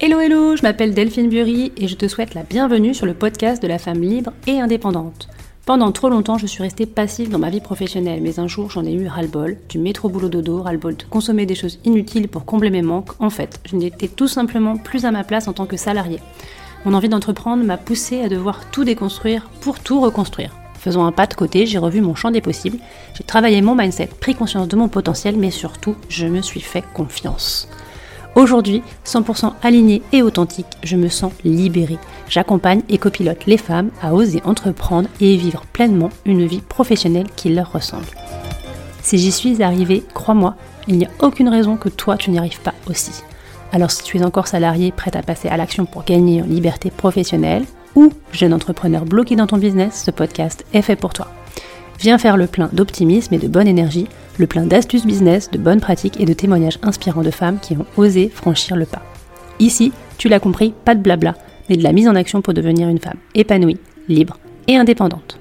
Hello hello, je m'appelle Delphine Bury et je te souhaite la bienvenue sur le podcast de la femme libre et indépendante. Pendant trop longtemps, je suis restée passive dans ma vie professionnelle, mais un jour j'en ai eu ras-le-bol, du métro boulot dodo, ras-le-bol de consommer des choses inutiles pour combler mes manques. En fait, je n'étais tout simplement plus à ma place en tant que salariée. Mon envie d'entreprendre m'a poussée à devoir tout déconstruire pour tout reconstruire. Faisant un pas de côté, j'ai revu mon champ des possibles, j'ai travaillé mon mindset, pris conscience de mon potentiel, mais surtout, je me suis fait confiance. Aujourd'hui, 100% alignée et authentique, je me sens libérée. J'accompagne et copilote les femmes à oser entreprendre et vivre pleinement une vie professionnelle qui leur ressemble. Si j'y suis arrivée, crois-moi, il n'y a aucune raison que toi tu n'y arrives pas aussi. Alors si tu es encore salarié, prête à passer à l'action pour gagner en liberté professionnelle, ou jeune entrepreneur bloqué dans ton business, ce podcast est fait pour toi. Viens faire le plein d'optimisme et de bonne énergie, le plein d'astuces business, de bonnes pratiques et de témoignages inspirants de femmes qui ont osé franchir le pas. Ici, tu l'as compris, pas de blabla, mais de la mise en action pour devenir une femme épanouie, libre et indépendante.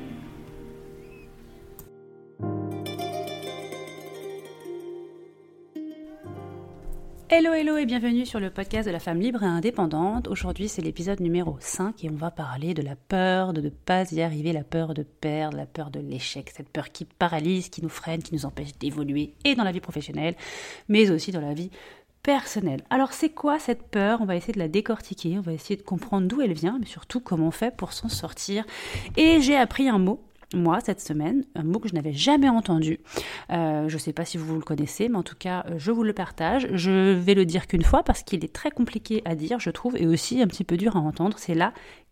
Hello hello et bienvenue sur le podcast de la femme libre et indépendante. Aujourd'hui c'est l'épisode numéro 5 et on va parler de la peur de ne pas y arriver, la peur de perdre, la peur de l'échec, cette peur qui paralyse, qui nous freine, qui nous empêche d'évoluer et dans la vie professionnelle mais aussi dans la vie personnelle. Alors c'est quoi cette peur ? On va essayer de la décortiquer, on va essayer de comprendre d'où elle vient mais surtout comment on fait pour s'en sortir. Et j'ai appris un mot. Moi, cette semaine, un mot que je n'avais jamais entendu. Je ne sais pas si vous le connaissez, mais en tout cas, je vous le partage. Je vais le dire qu'une fois parce qu'il est très compliqué à dire, je trouve, et aussi un petit peu dur à entendre. C'est la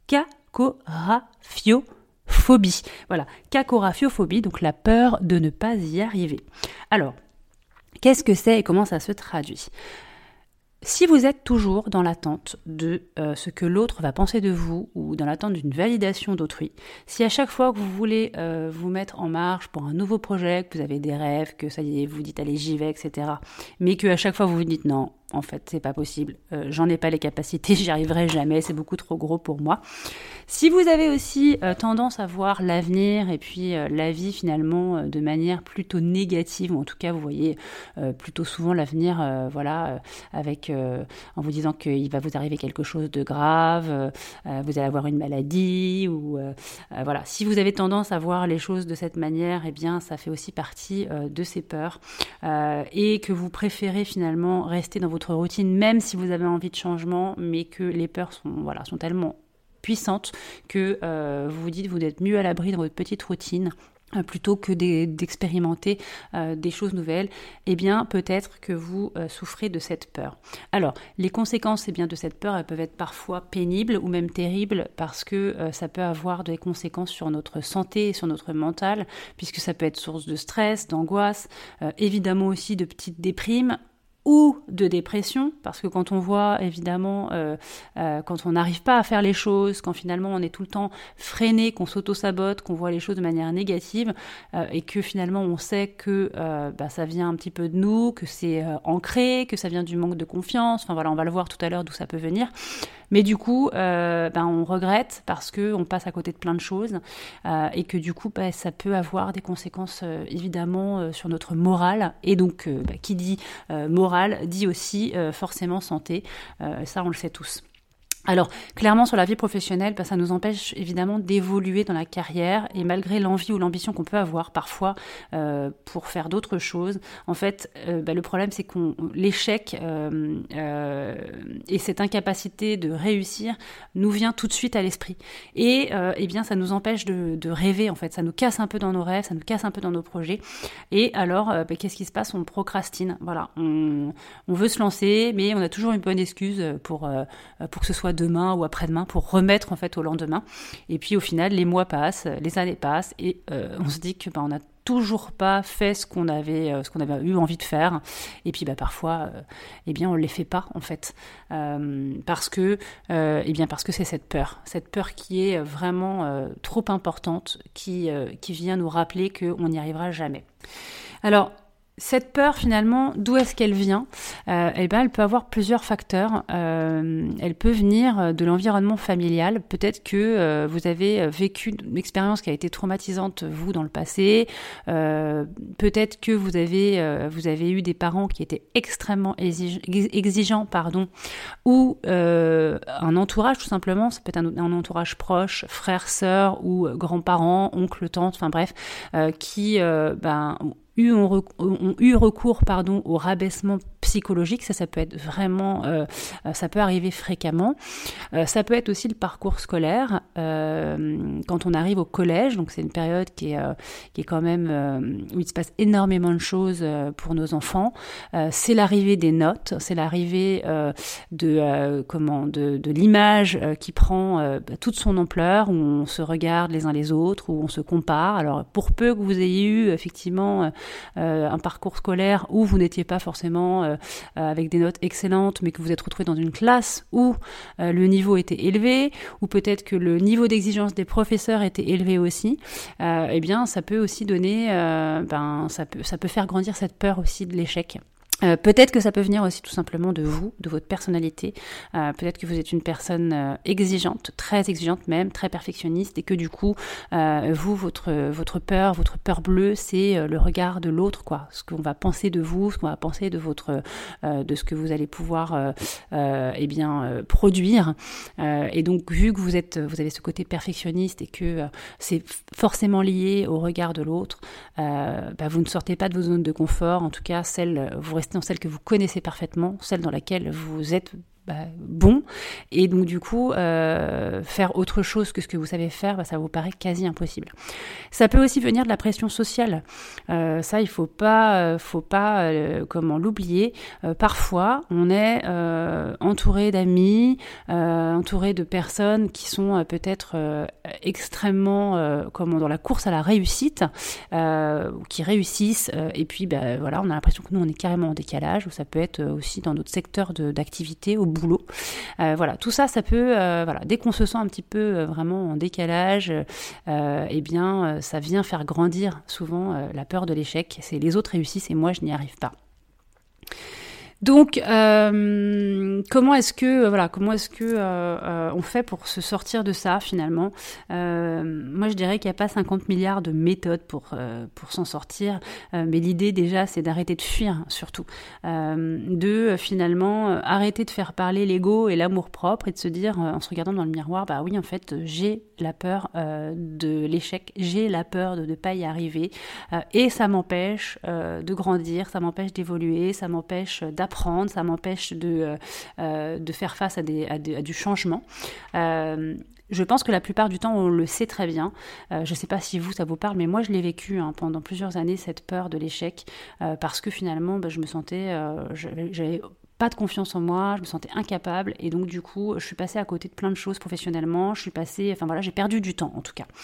cacoraphophobie. Voilà, cacoraphophobie, donc la peur de ne pas y arriver. Alors, qu'est-ce que c'est et comment ça se traduit ? Si vous êtes toujours dans l'attente de ce que l'autre va penser de vous ou dans l'attente d'une validation d'autrui, si à chaque fois que vous voulez vous mettre en marche pour un nouveau projet, que vous avez des rêves, que ça y est, vous dites allez j'y vais, etc., mais qu'à chaque fois vous vous dites non, en fait c'est pas possible, j'en ai pas les capacités, j'y arriverai jamais, c'est beaucoup trop gros pour moi. Si vous avez aussi tendance à voir l'avenir et puis la vie finalement de manière plutôt négative, ou en tout cas vous voyez plutôt souvent l'avenir avec en vous disant qu'il va vous arriver quelque chose de grave, vous allez avoir une maladie ou voilà. Si vous avez tendance à voir les choses de cette manière, eh bien ça fait aussi partie de ces peurs et que vous préférez finalement rester dans votre routine même si vous avez envie de changement, mais que les peurs sont tellement puissantes que vous vous dites vous êtes mieux à l'abri dans votre petite routine plutôt que d'expérimenter des choses nouvelles, eh bien peut-être que vous souffrez de cette peur. Alors, les conséquences de cette peur, elles peuvent être parfois pénibles ou même terribles parce que ça peut avoir des conséquences sur notre santé et sur notre mental, puisque ça peut être source de stress, d'angoisse, évidemment aussi de petites déprimes, ou de dépression, parce que quand on voit évidemment, quand on n'arrive pas à faire les choses, quand finalement on est tout le temps freiné, qu'on s'auto-sabote, qu'on voit les choses de manière négative, et que finalement on sait que ça vient un petit peu de nous, que c'est ancré, que ça vient du manque de confiance, enfin voilà, on va le voir tout à l'heure d'où ça peut venir, mais du coup on regrette parce qu'on passe à côté de plein de choses, et que du coup ça peut avoir des conséquences évidemment sur notre morale, et donc qui dit morale dit aussi forcément santé, ça on le sait tous. Alors, clairement, sur la vie professionnelle, ça nous empêche évidemment d'évoluer dans la carrière, et malgré l'envie ou l'ambition qu'on peut avoir parfois pour faire d'autres choses, en fait, le problème c'est l'échec et cette incapacité de réussir nous vient tout de suite à l'esprit. Et bien, ça nous empêche de rêver, en fait, ça nous casse un peu dans nos rêves, ça nous casse un peu dans nos projets. Et alors, qu'est-ce qui se passe ? On procrastine. Voilà, on veut se lancer, mais on a toujours une bonne excuse pour que ce soit demain ou après-demain, pour remettre en fait au lendemain. Et puis au final, les mois passent, les années passent, et on se dit que on n'a toujours pas fait ce qu'on avait eu envie de faire. Et puis parfois, on les fait pas en fait, parce que c'est cette peur qui est vraiment trop importante, qui vient nous rappeler qu'on n'y arrivera jamais. Alors, Cette peur, finalement, d'où est-ce qu'elle vient? Eh ben, elle peut avoir plusieurs facteurs. Elle peut venir de l'environnement familial. Peut-être que vous avez vécu une expérience qui a été traumatisante, vous, dans le passé. Peut-être que vous avez eu des parents qui étaient extrêmement exigeants, ou un entourage, tout simplement. Ça peut être un entourage proche, frères, sœurs, ou grands-parents, oncles, tantes, enfin bref, qui ont eu recours au rabaissement psychologique. Ça peut être vraiment, ça peut arriver fréquemment. Ça peut être aussi le parcours scolaire quand on arrive au collège. Donc c'est une période qui est quand même où il se passe énormément de choses pour nos enfants. C'est l'arrivée des notes, c'est l'arrivée de l'image qui prend toute son ampleur, où on se regarde les uns les autres, où on se compare. Alors pour peu que vous ayez eu effectivement un parcours scolaire où vous n'étiez pas forcément avec des notes excellentes, mais que vous êtes retrouvé dans une classe où le niveau était élevé, ou peut-être que le niveau d'exigence des professeurs était élevé aussi, eh bien ça peut aussi donner, ça peut faire grandir cette peur aussi de l'échec. Peut-être que ça peut venir aussi tout simplement de vous, de votre personnalité. Peut-être que vous êtes une personne exigeante, très exigeante même, très perfectionniste, et que du coup, votre peur bleue, c'est le regard de l'autre, quoi. Ce qu'on va penser de vous, ce qu'on va penser de de ce que vous allez pouvoir, produire. Et donc, vu que vous avez ce côté perfectionniste et que c'est forcément lié au regard de l'autre, vous ne sortez pas de vos zones de confort. En tout cas, vous restez dans celle que vous connaissez parfaitement, celle dans laquelle vous êtes bon, et donc du coup faire autre chose que ce que vous savez faire, ça vous paraît quasi impossible. Ça peut aussi venir de la pression sociale. Ça, il faut pas l'oublier. Parfois, on est entouré d'amis, entouré de personnes qui sont peut-être extrêmement dans la course à la réussite, qui réussissent, et puis on a l'impression que nous on est carrément en décalage, ou ça peut être aussi dans notre secteur d'activité, au boulot. Tout ça peut, dès qu'on se sent un petit peu vraiment en décalage, ça vient faire grandir souvent la peur de l'échec. C'est les autres réussissent et moi je n'y arrive pas. Donc, comment est-ce que on fait pour se sortir de ça finalement? Moi, je dirais qu'il n'y a pas 50 milliards de méthodes pour s'en sortir, mais l'idée déjà, c'est d'arrêter de fuir, surtout, finalement arrêter de faire parler l'ego et l'amour-propre, et de se dire en se regardant dans le miroir, oui, en fait, j'ai la peur de l'échec, j'ai la peur de ne pas y arriver, et ça m'empêche de grandir, ça m'empêche d'évoluer, ça m'empêche d'apprendre, ça m'empêche de faire face à du changement. Je pense que la plupart du temps, on le sait très bien. Je ne sais pas si ça vous parle, mais moi, je l'ai vécu pendant plusieurs années, cette peur de l'échec, parce que finalement, je me sentais... j'avais pas de confiance en moi, je me sentais incapable, et donc du coup je suis passée à côté de plein de choses professionnellement, j'ai perdu du temps en tout cas.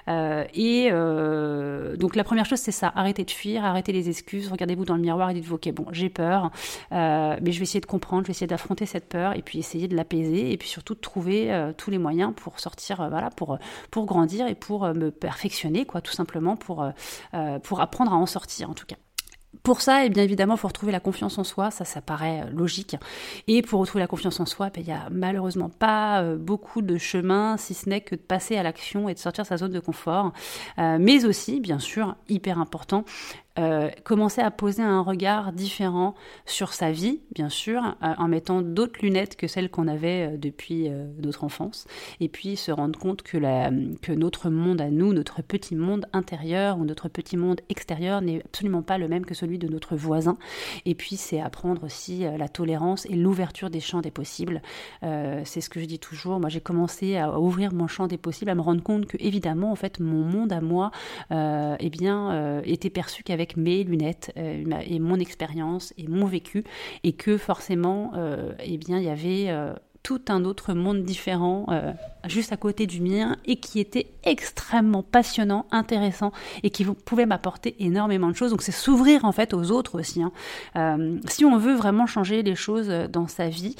Donc la première chose, c'est ça, arrêtez de fuir, arrêtez les excuses, regardez-vous dans le miroir et dites-vous ok, bon, j'ai peur, mais je vais essayer de comprendre, je vais essayer d'affronter cette peur, et puis essayer de l'apaiser, et puis surtout de trouver tous les moyens pour sortir, pour grandir et pour me perfectionner, quoi, tout simplement pour apprendre à en sortir en tout cas. Pour ça, bien évidemment, il faut retrouver la confiance en soi, ça paraît logique. Et pour retrouver la confiance en soi, il n'y a malheureusement pas beaucoup de chemin, si ce n'est que de passer à l'action et de sortir de sa zone de confort. Mais aussi, bien sûr, hyper important, commencer à poser un regard différent sur sa vie, bien sûr, en mettant d'autres lunettes que celles qu'on avait depuis notre enfance, et puis se rendre compte que notre monde à nous, notre petit monde intérieur ou notre petit monde extérieur n'est absolument pas le même que celui de notre voisin. Et puis c'est apprendre aussi la tolérance et l'ouverture des champs des possibles. C'est ce que je dis toujours. Moi, j'ai commencé à ouvrir mon champ des possibles, à me rendre compte que évidemment, en fait, mon monde à moi, était perçu qu'avec mes lunettes et mon expérience et mon vécu, et que forcément il y avait tout un autre monde différent juste à côté du mien et qui était extrêmement passionnant, intéressant et qui pouvait m'apporter énormément de choses. Donc c'est s'ouvrir en fait aux autres aussi. Si on veut vraiment changer les choses dans sa vie,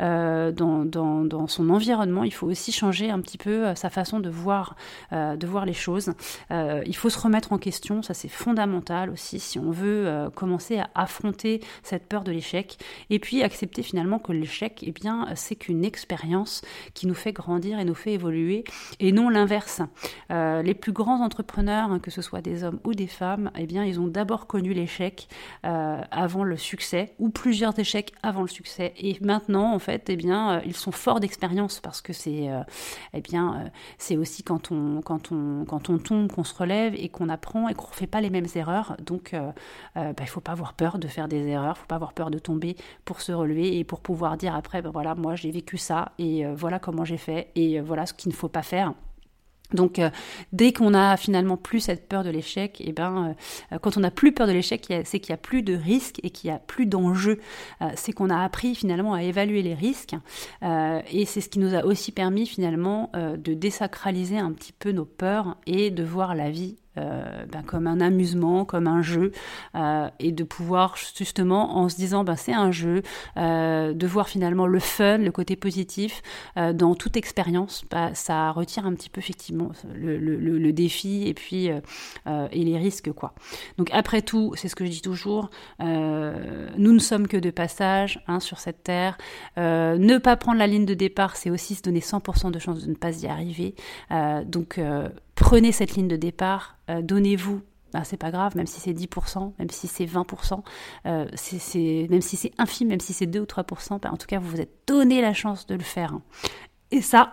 dans son environnement, il faut aussi changer un petit peu sa façon de voir les choses. Il faut se remettre en question, ça c'est fondamental aussi si on veut commencer à affronter cette peur de l'échec et puis accepter finalement que l'échec, eh bien, c'est qu'une expérience qui nous fait grandir et nous fait évoluer et non l'inverse. Les plus grands entrepreneurs, que ce soit des hommes ou des femmes, eh bien, ils ont d'abord connu l'échec avant le succès ou plusieurs échecs avant le succès et maintenant en fait, eh bien, ils sont forts d'expérience parce que c'est c'est aussi quand on tombe qu'on se relève et qu'on apprend et qu'on ne refait pas les mêmes erreurs. Donc il ne faut pas avoir peur de faire des erreurs, il ne faut pas avoir peur de tomber pour se relever et pour pouvoir dire après, voilà, moi j'ai vécu ça et voilà comment j'ai fait et voilà ce qu'il ne faut pas faire. Donc dès qu'on a finalement plus cette peur de l'échec, et quand on n'a plus peur de l'échec, c'est qu'il n'y a plus de risques et qu'il n'y a plus d'enjeux. C'est qu'on a appris finalement à évaluer les risques et c'est ce qui nous a aussi permis finalement de désacraliser un petit peu nos peurs et de voir la vie comme un amusement, comme un jeu, et de pouvoir justement en se disant c'est un jeu, de voir finalement le fun, le côté positif dans toute expérience, ça retire un petit peu effectivement le défi et puis et les risques quoi. Donc après tout, c'est ce que je dis toujours, nous ne sommes que de passage sur cette terre, ne pas prendre la ligne de départ, c'est aussi se donner 100% de chance de ne pas y arriver, donc prenez cette ligne de départ, donnez-vous, c'est pas grave, même si c'est 10%, même si c'est 20%, même si c'est infime, même si c'est 2 ou 3%, en tout cas vous vous êtes donné la chance de le faire. Et ça,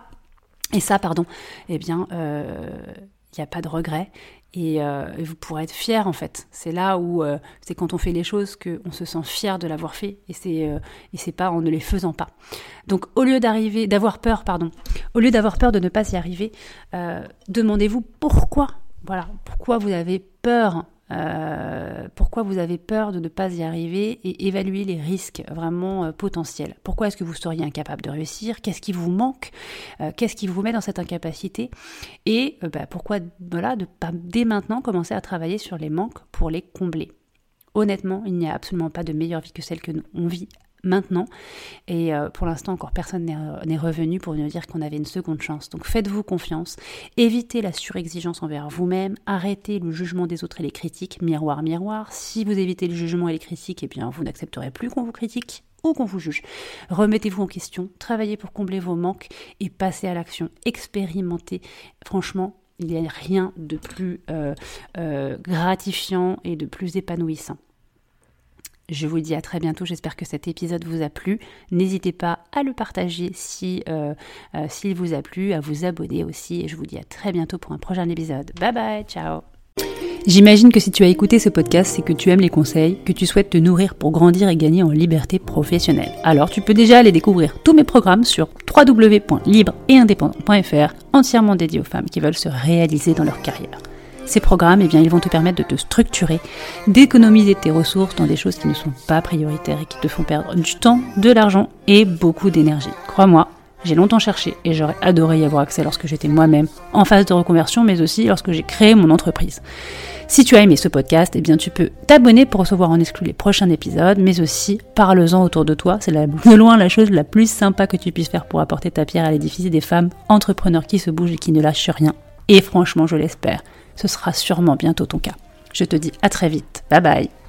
eh bien, il n'y a pas de regret. Et vous pourrez être fier en fait. C'est là où c'est quand on fait les choses qu'on se sent fier de l'avoir fait et c'est pas en ne les faisant pas. Donc au lieu d'avoir peur de ne pas y arriver, demandez-vous pourquoi. Voilà, pourquoi vous avez peur. Pourquoi vous avez peur de ne pas y arriver et évaluer les risques vraiment potentiels. Pourquoi est-ce que vous seriez incapable de réussir? Qu'est-ce qui vous manque? Qu'est-ce qui vous met dans cette incapacité? Et pourquoi de pas dès maintenant commencer à travailler sur les manques pour les combler. Honnêtement, il n'y a absolument pas de meilleure vie que celle que on vit maintenant et pour l'instant encore personne n'est revenu pour nous dire qu'on avait une seconde chance. Donc faites-vous confiance, évitez la surexigence envers vous-même, arrêtez le jugement des autres et les critiques, miroir miroir. Si vous évitez le jugement et les critiques, eh bien vous n'accepterez plus qu'on vous critique ou qu'on vous juge. Remettez-vous en question, travaillez pour combler vos manques et passez à l'action, expérimentez. Franchement, il n'y a rien de plus gratifiant et de plus épanouissant. Je vous dis à très bientôt, j'espère que cet épisode vous a plu. N'hésitez pas à le partager s'il vous a plu, à vous abonner aussi. Et je vous dis à très bientôt pour un prochain épisode. Bye bye, ciao. J'imagine que si tu as écouté ce podcast, c'est que tu aimes les conseils, que tu souhaites te nourrir pour grandir et gagner en liberté professionnelle. Alors tu peux déjà aller découvrir tous mes programmes sur www.libre-et-indépendant.fr, entièrement dédiés aux femmes qui veulent se réaliser dans leur carrière. Ces programmes, ils vont te permettre de te structurer, d'économiser tes ressources dans des choses qui ne sont pas prioritaires et qui te font perdre du temps, de l'argent et beaucoup d'énergie. Crois-moi, j'ai longtemps cherché et j'aurais adoré y avoir accès lorsque j'étais moi-même en phase de reconversion, mais aussi lorsque j'ai créé mon entreprise. Si tu as aimé ce podcast, tu peux t'abonner pour recevoir en exclu les prochains épisodes, mais aussi parle-en autour de toi. C'est de loin la chose la plus sympa que tu puisses faire pour apporter ta pierre à l'édifice des femmes entrepreneurs qui se bougent et qui ne lâchent rien. Et franchement, je l'espère, ce sera sûrement bientôt ton cas. Je te dis à très vite. Bye bye.